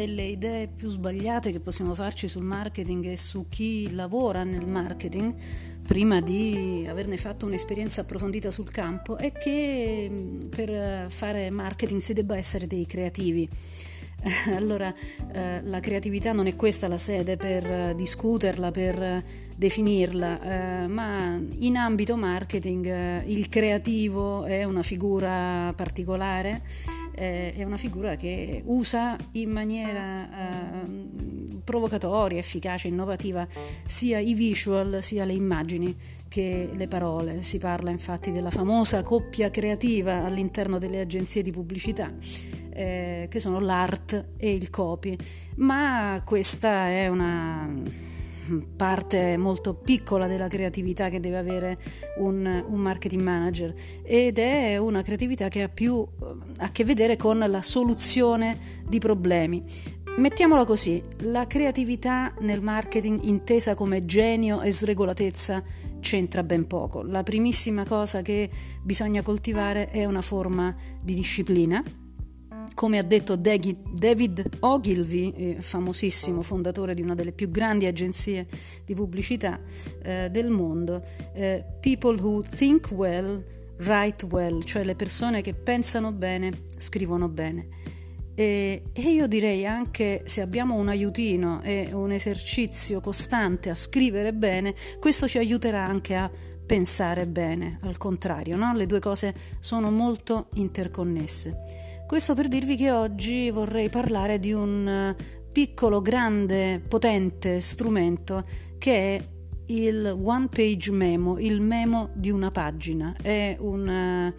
delle idee più sbagliate che possiamo farci sul marketing e su chi lavora nel marketing, prima di averne fatto un'esperienza approfondita sul campo, è che per fare marketing si debba essere dei creativi. Allora, la creatività non è questa la sede per discuterla, per definirla, ma in ambito marketing il creativo è una figura particolare, è una figura che usa in maniera provocatoria, efficace, innovativa sia i visual sia le immagini che le parole. Si parla infatti della famosa coppia creativa all'interno delle agenzie di pubblicità, che sono l'art e il copy, ma questa è una parte molto piccola della creatività che deve avere un marketing manager, ed è una creatività che ha più a che vedere con la soluzione di problemi. Mettiamola così, la creatività nel marketing intesa come genio e sregolatezza c'entra ben poco. La primissima cosa che bisogna coltivare è una forma di disciplina. Come ha detto David Ogilvy, famosissimo fondatore di una delle più grandi agenzie di pubblicità del mondo, people who think well, write well, cioè le persone che pensano bene, scrivono bene. E io direi anche, se abbiamo un aiutino e un esercizio costante a scrivere bene, questo ci aiuterà anche a pensare bene, al contrario, no? Le due cose sono molto interconnesse. Questo per dirvi che oggi vorrei parlare di un piccolo, grande, potente strumento che è il One Page Memo, il memo di una pagina. È un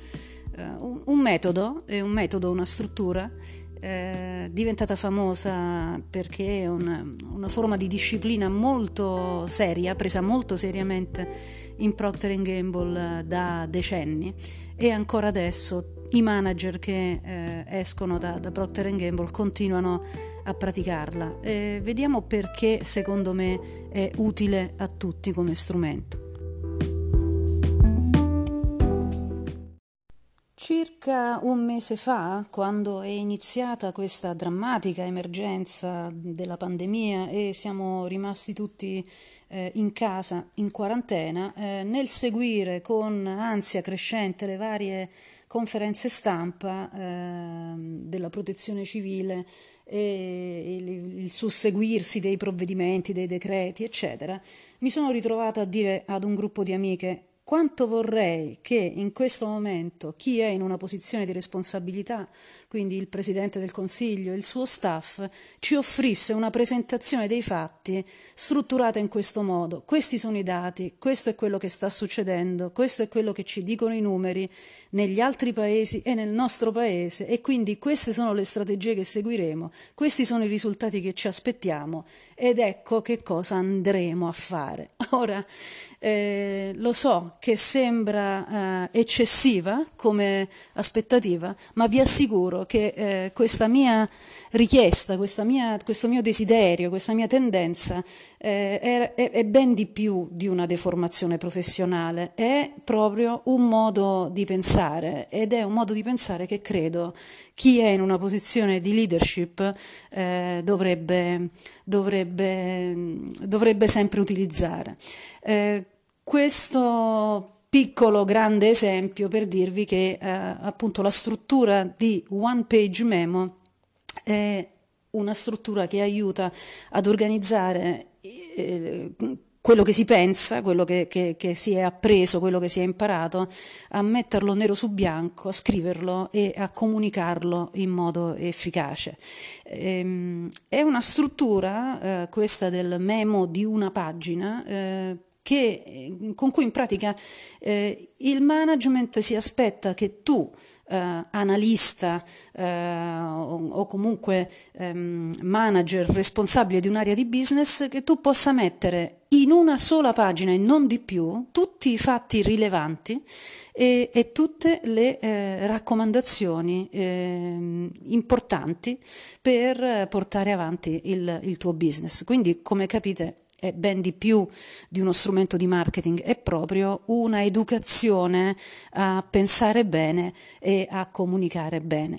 metodo, una struttura diventata famosa perché è una forma di disciplina molto seria, presa molto seriamente in Procter & Gamble da decenni, e ancora adesso i manager che escono da Procter & Gamble continuano a praticarla. Vediamo perché secondo me è utile a tutti come strumento. Circa un mese fa, quando è iniziata questa drammatica emergenza della pandemia e siamo rimasti tutti in casa, in quarantena, nel seguire con ansia crescente le varie conferenze stampa della Protezione Civile e il susseguirsi dei provvedimenti, dei decreti, eccetera, mi sono ritrovata a dire ad un gruppo di amiche: quanto vorrei che in questo momento chi è in una posizione di responsabilità, quindi il Presidente del Consiglio e il suo staff, ci offrisse una presentazione dei fatti strutturata in questo modo. Questi sono i dati, questo è quello che sta succedendo, questo è quello che ci dicono i numeri negli altri paesi e nel nostro paese, e quindi queste sono le strategie che seguiremo, questi sono i risultati che ci aspettiamo ed ecco che cosa andremo a fare. Ora, lo so che sembra eccessiva come aspettativa, ma vi assicuro che questa mia richiesta, questo mio desiderio, questa mia tendenza è ben di più di una deformazione professionale, è proprio un modo di pensare, ed è un modo di pensare che credo chi è in una posizione di leadership dovrebbe sempre utilizzare. Questo piccolo grande esempio per dirvi che appunto la struttura di One Page Memo è una struttura che aiuta ad organizzare quello che si pensa, quello che si è appreso, quello che si è imparato, a metterlo nero su bianco, a scriverlo e a comunicarlo in modo efficace. È una struttura, questa del memo di una pagina, con cui in pratica il management si aspetta che tu, analista o comunque manager responsabile di un'area di business, che tu possa mettere in una sola pagina e non di più tutti i fatti rilevanti e tutte le raccomandazioni importanti per portare avanti il tuo business. Quindi, come capite, è ben di più di uno strumento di marketing, è proprio una educazione a pensare bene e a comunicare bene.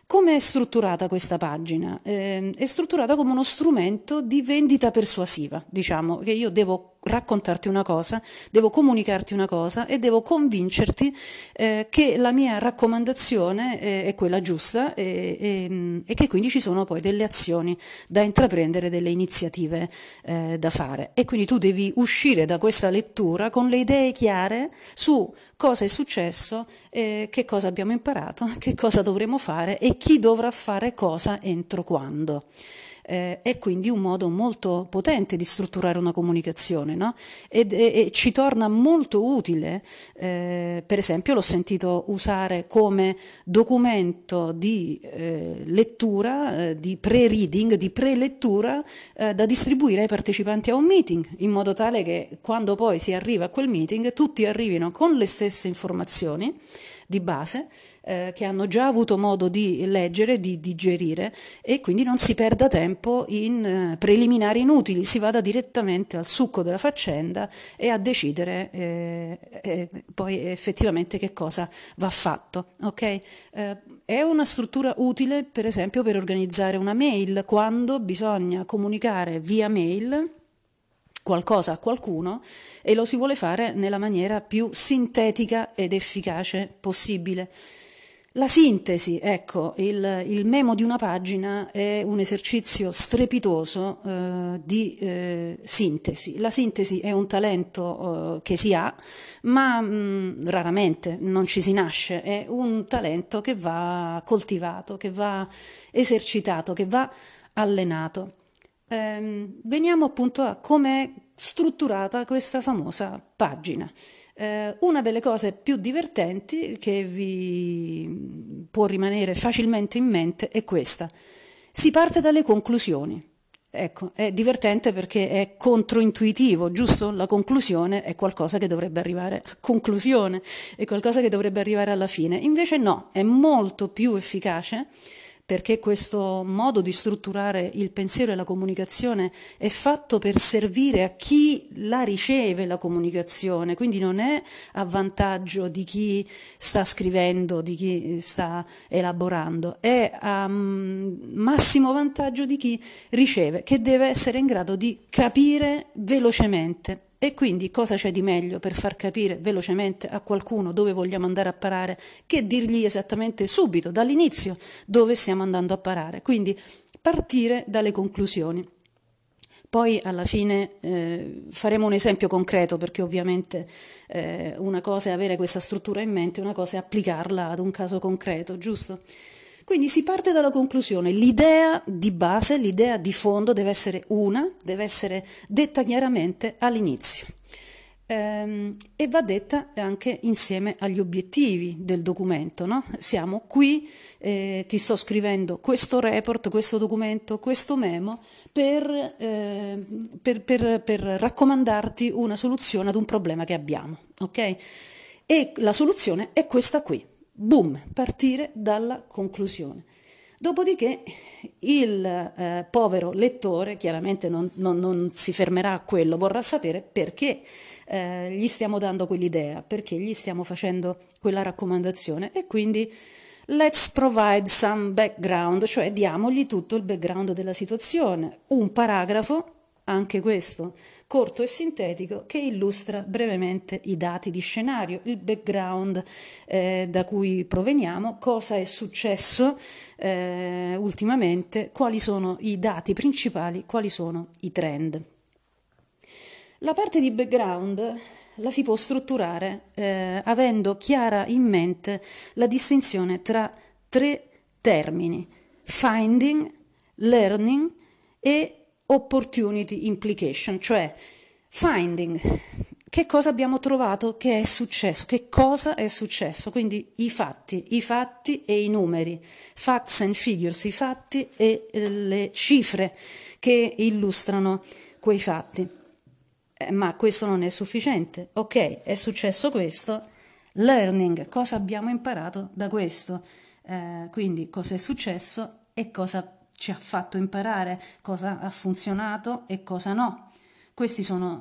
Come è strutturata questa pagina? È strutturata come uno strumento di vendita persuasiva, diciamo che io devo raccontarti una cosa, devo comunicarti una cosa e devo convincerti che la mia raccomandazione è quella giusta e che quindi ci sono poi delle azioni da intraprendere, delle iniziative da fare. E quindi tu devi uscire da questa lettura con le idee chiare su cosa è successo, che cosa abbiamo imparato, che cosa dovremo fare e chi dovrà fare cosa entro quando. È quindi un modo molto potente di strutturare una comunicazione, no? E ci torna molto utile, per esempio l'ho sentito usare come documento di lettura, di pre-reading, di prelettura da distribuire ai partecipanti a un meeting, in modo tale che quando poi si arriva a quel meeting tutti arrivino con le stesse informazioni di base che hanno già avuto modo di leggere, di digerire e quindi non si perda tempo in preliminari inutili, si vada direttamente al succo della faccenda e a decidere poi effettivamente che cosa va fatto. Okay? È una struttura utile per esempio per organizzare una mail quando bisogna comunicare via mail qualcosa a qualcuno e lo si vuole fare nella maniera più sintetica ed efficace possibile. La sintesi, ecco, il memo di una pagina è un esercizio strepitoso di sintesi. La sintesi è un talento che si ha, ma raramente non ci si nasce, è un talento che va coltivato, che va esercitato, che va allenato. Veniamo appunto a come è strutturata questa famosa pagina. Una delle cose più divertenti che vi può rimanere facilmente in mente è questa. Si parte dalle conclusioni. Ecco, è divertente perché è controintuitivo, giusto? La conclusione è qualcosa che dovrebbe arrivare a conclusione, è qualcosa che dovrebbe arrivare alla fine. Invece no, è molto più efficace perché questo modo di strutturare il pensiero e la comunicazione è fatto per servire a chi la riceve la comunicazione, quindi non è a vantaggio di chi sta scrivendo, di chi sta elaborando, è a massimo vantaggio di chi riceve, che deve essere in grado di capire velocemente. E quindi cosa c'è di meglio per far capire velocemente a qualcuno dove vogliamo andare a parare che dirgli esattamente subito, dall'inizio, dove stiamo andando a parare. Quindi partire dalle conclusioni. Poi alla fine faremo un esempio concreto perché ovviamente una cosa è avere questa struttura in mente, una cosa è applicarla ad un caso concreto, giusto? Quindi si parte dalla conclusione, l'idea di base, l'idea di fondo deve essere deve essere detta chiaramente all'inizio e va detta anche insieme agli obiettivi del documento, no? Siamo qui, ti sto scrivendo questo report, questo documento, questo memo per raccomandarti una soluzione ad un problema che abbiamo, ok? E la soluzione è questa qui. Boom, partire dalla conclusione. Dopodiché il povero lettore chiaramente non si fermerà a quello, vorrà sapere perché gli stiamo dando quell'idea, perché gli stiamo facendo quella raccomandazione e quindi let's provide some background, cioè diamogli tutto il background della situazione, un paragrafo, anche questo corto e sintetico, che illustra brevemente i dati di scenario, il background da cui proveniamo, cosa è successo ultimamente, quali sono i dati principali, quali sono i trend. La parte di background la si può strutturare avendo chiara in mente la distinzione tra tre termini: finding, learning e opportunity implication, cioè finding, che cosa abbiamo trovato che è successo, che cosa è successo, quindi i fatti e i numeri, facts and figures, i fatti e le cifre che illustrano quei fatti. Ma questo non è sufficiente, ok, è successo questo, learning, cosa abbiamo imparato da questo, quindi cosa è successo e cosa ci ha fatto imparare, cosa ha funzionato e cosa no. Questi sono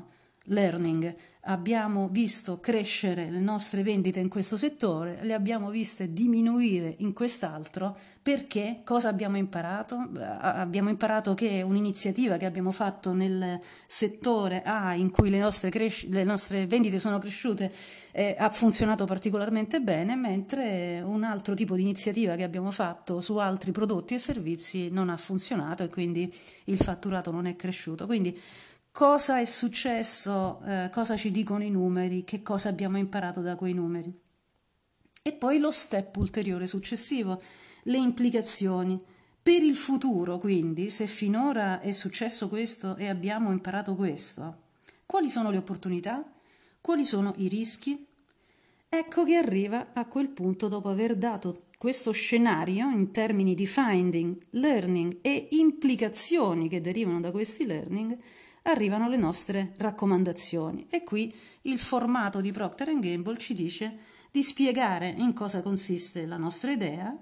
learning, abbiamo visto crescere le nostre vendite in questo settore, le abbiamo viste diminuire in quest'altro, perché cosa abbiamo imparato? Abbiamo imparato che un'iniziativa che abbiamo fatto nel settore A, in cui le nostre vendite sono cresciute, ha funzionato particolarmente bene, mentre un altro tipo di iniziativa che abbiamo fatto su altri prodotti e servizi non ha funzionato e quindi il fatturato non è cresciuto. Quindi cosa è successo? Cosa ci dicono i numeri? Che cosa abbiamo imparato da quei numeri? E poi lo step ulteriore successivo, le implicazioni. Per il futuro, quindi, se finora è successo questo e abbiamo imparato questo, quali sono le opportunità? Quali sono i rischi? Ecco che arriva a quel punto, dopo aver dato questo scenario in termini di finding, learning e implicazioni che derivano da questi learning, arrivano le nostre raccomandazioni. E qui il formato di Procter & Gamble ci dice di spiegare in cosa consiste la nostra idea,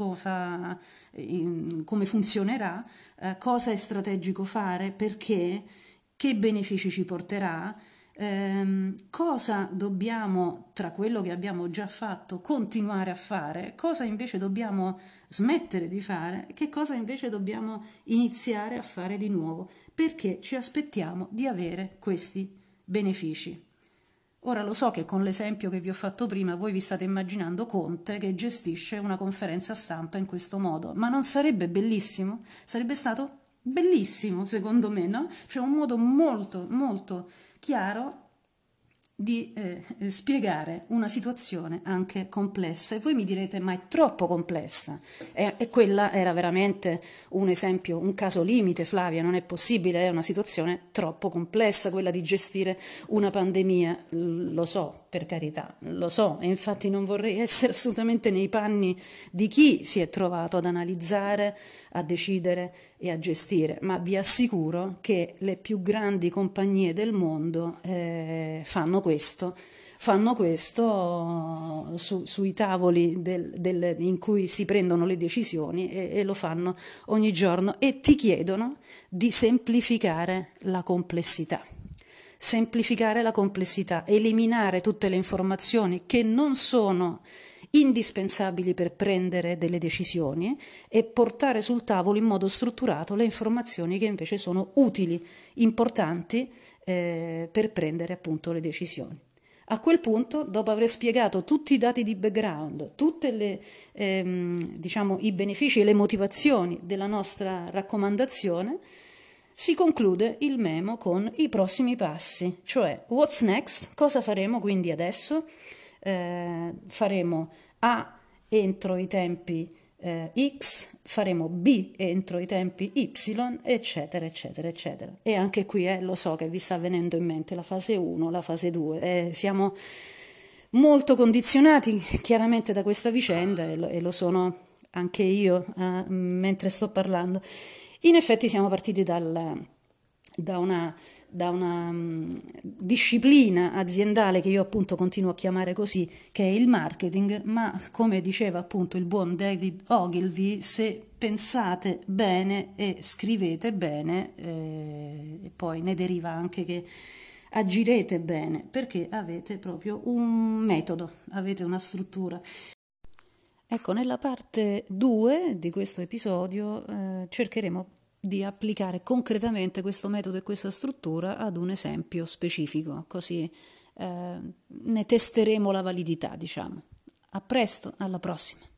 come funzionerà, cosa è strategico fare, perché, che benefici ci porterà, cosa dobbiamo, tra quello che abbiamo già fatto, continuare a fare, cosa invece dobbiamo smettere di fare, che cosa invece dobbiamo iniziare a fare di nuovo, perché ci aspettiamo di avere questi benefici. Ora lo so che con l'esempio che vi ho fatto prima voi vi state immaginando Conte che gestisce una conferenza stampa in questo modo, ma non sarebbe bellissimo? Sarebbe stato bellissimo, secondo me, no? Cioè un modo molto, molto chiaro di spiegare una situazione anche complessa. E voi mi direte, ma è troppo complessa. E quella era veramente un esempio, un caso limite, Flavia, non è possibile, è una situazione troppo complessa quella di gestire una pandemia. Lo so, per carità, lo so, e infatti non vorrei essere assolutamente nei panni di chi si è trovato ad analizzare, a decidere e a gestire, ma vi assicuro che le più grandi compagnie del mondo fanno questo sui tavoli in cui si prendono le decisioni e lo fanno ogni giorno e ti chiedono di semplificare la complessità. Semplificare la complessità, eliminare tutte le informazioni che non sono indispensabili per prendere delle decisioni e portare sul tavolo in modo strutturato le informazioni che invece sono utili, importanti per prendere appunto le decisioni. A quel punto, dopo aver spiegato tutti i dati di background, tutti i benefici e le motivazioni della nostra raccomandazione, si conclude il memo con i prossimi passi, cioè what's next, cosa faremo quindi adesso? Faremo A entro i tempi X, faremo B entro i tempi Y, eccetera, eccetera, eccetera. E anche qui lo so che vi sta venendo in mente la fase 1, la fase 2, siamo molto condizionati chiaramente da questa vicenda e lo sono anche io mentre sto parlando. In effetti siamo partiti da una disciplina aziendale che io appunto continuo a chiamare così, che è il marketing, ma come diceva appunto il buon David Ogilvy, se pensate bene e scrivete bene, e poi ne deriva anche che agirete bene, perché avete proprio un metodo, avete una struttura. Ecco, nella parte 2 di questo episodio cercheremo di applicare concretamente questo metodo e questa struttura ad un esempio specifico, così ne testeremo la validità, diciamo. A presto, alla prossima.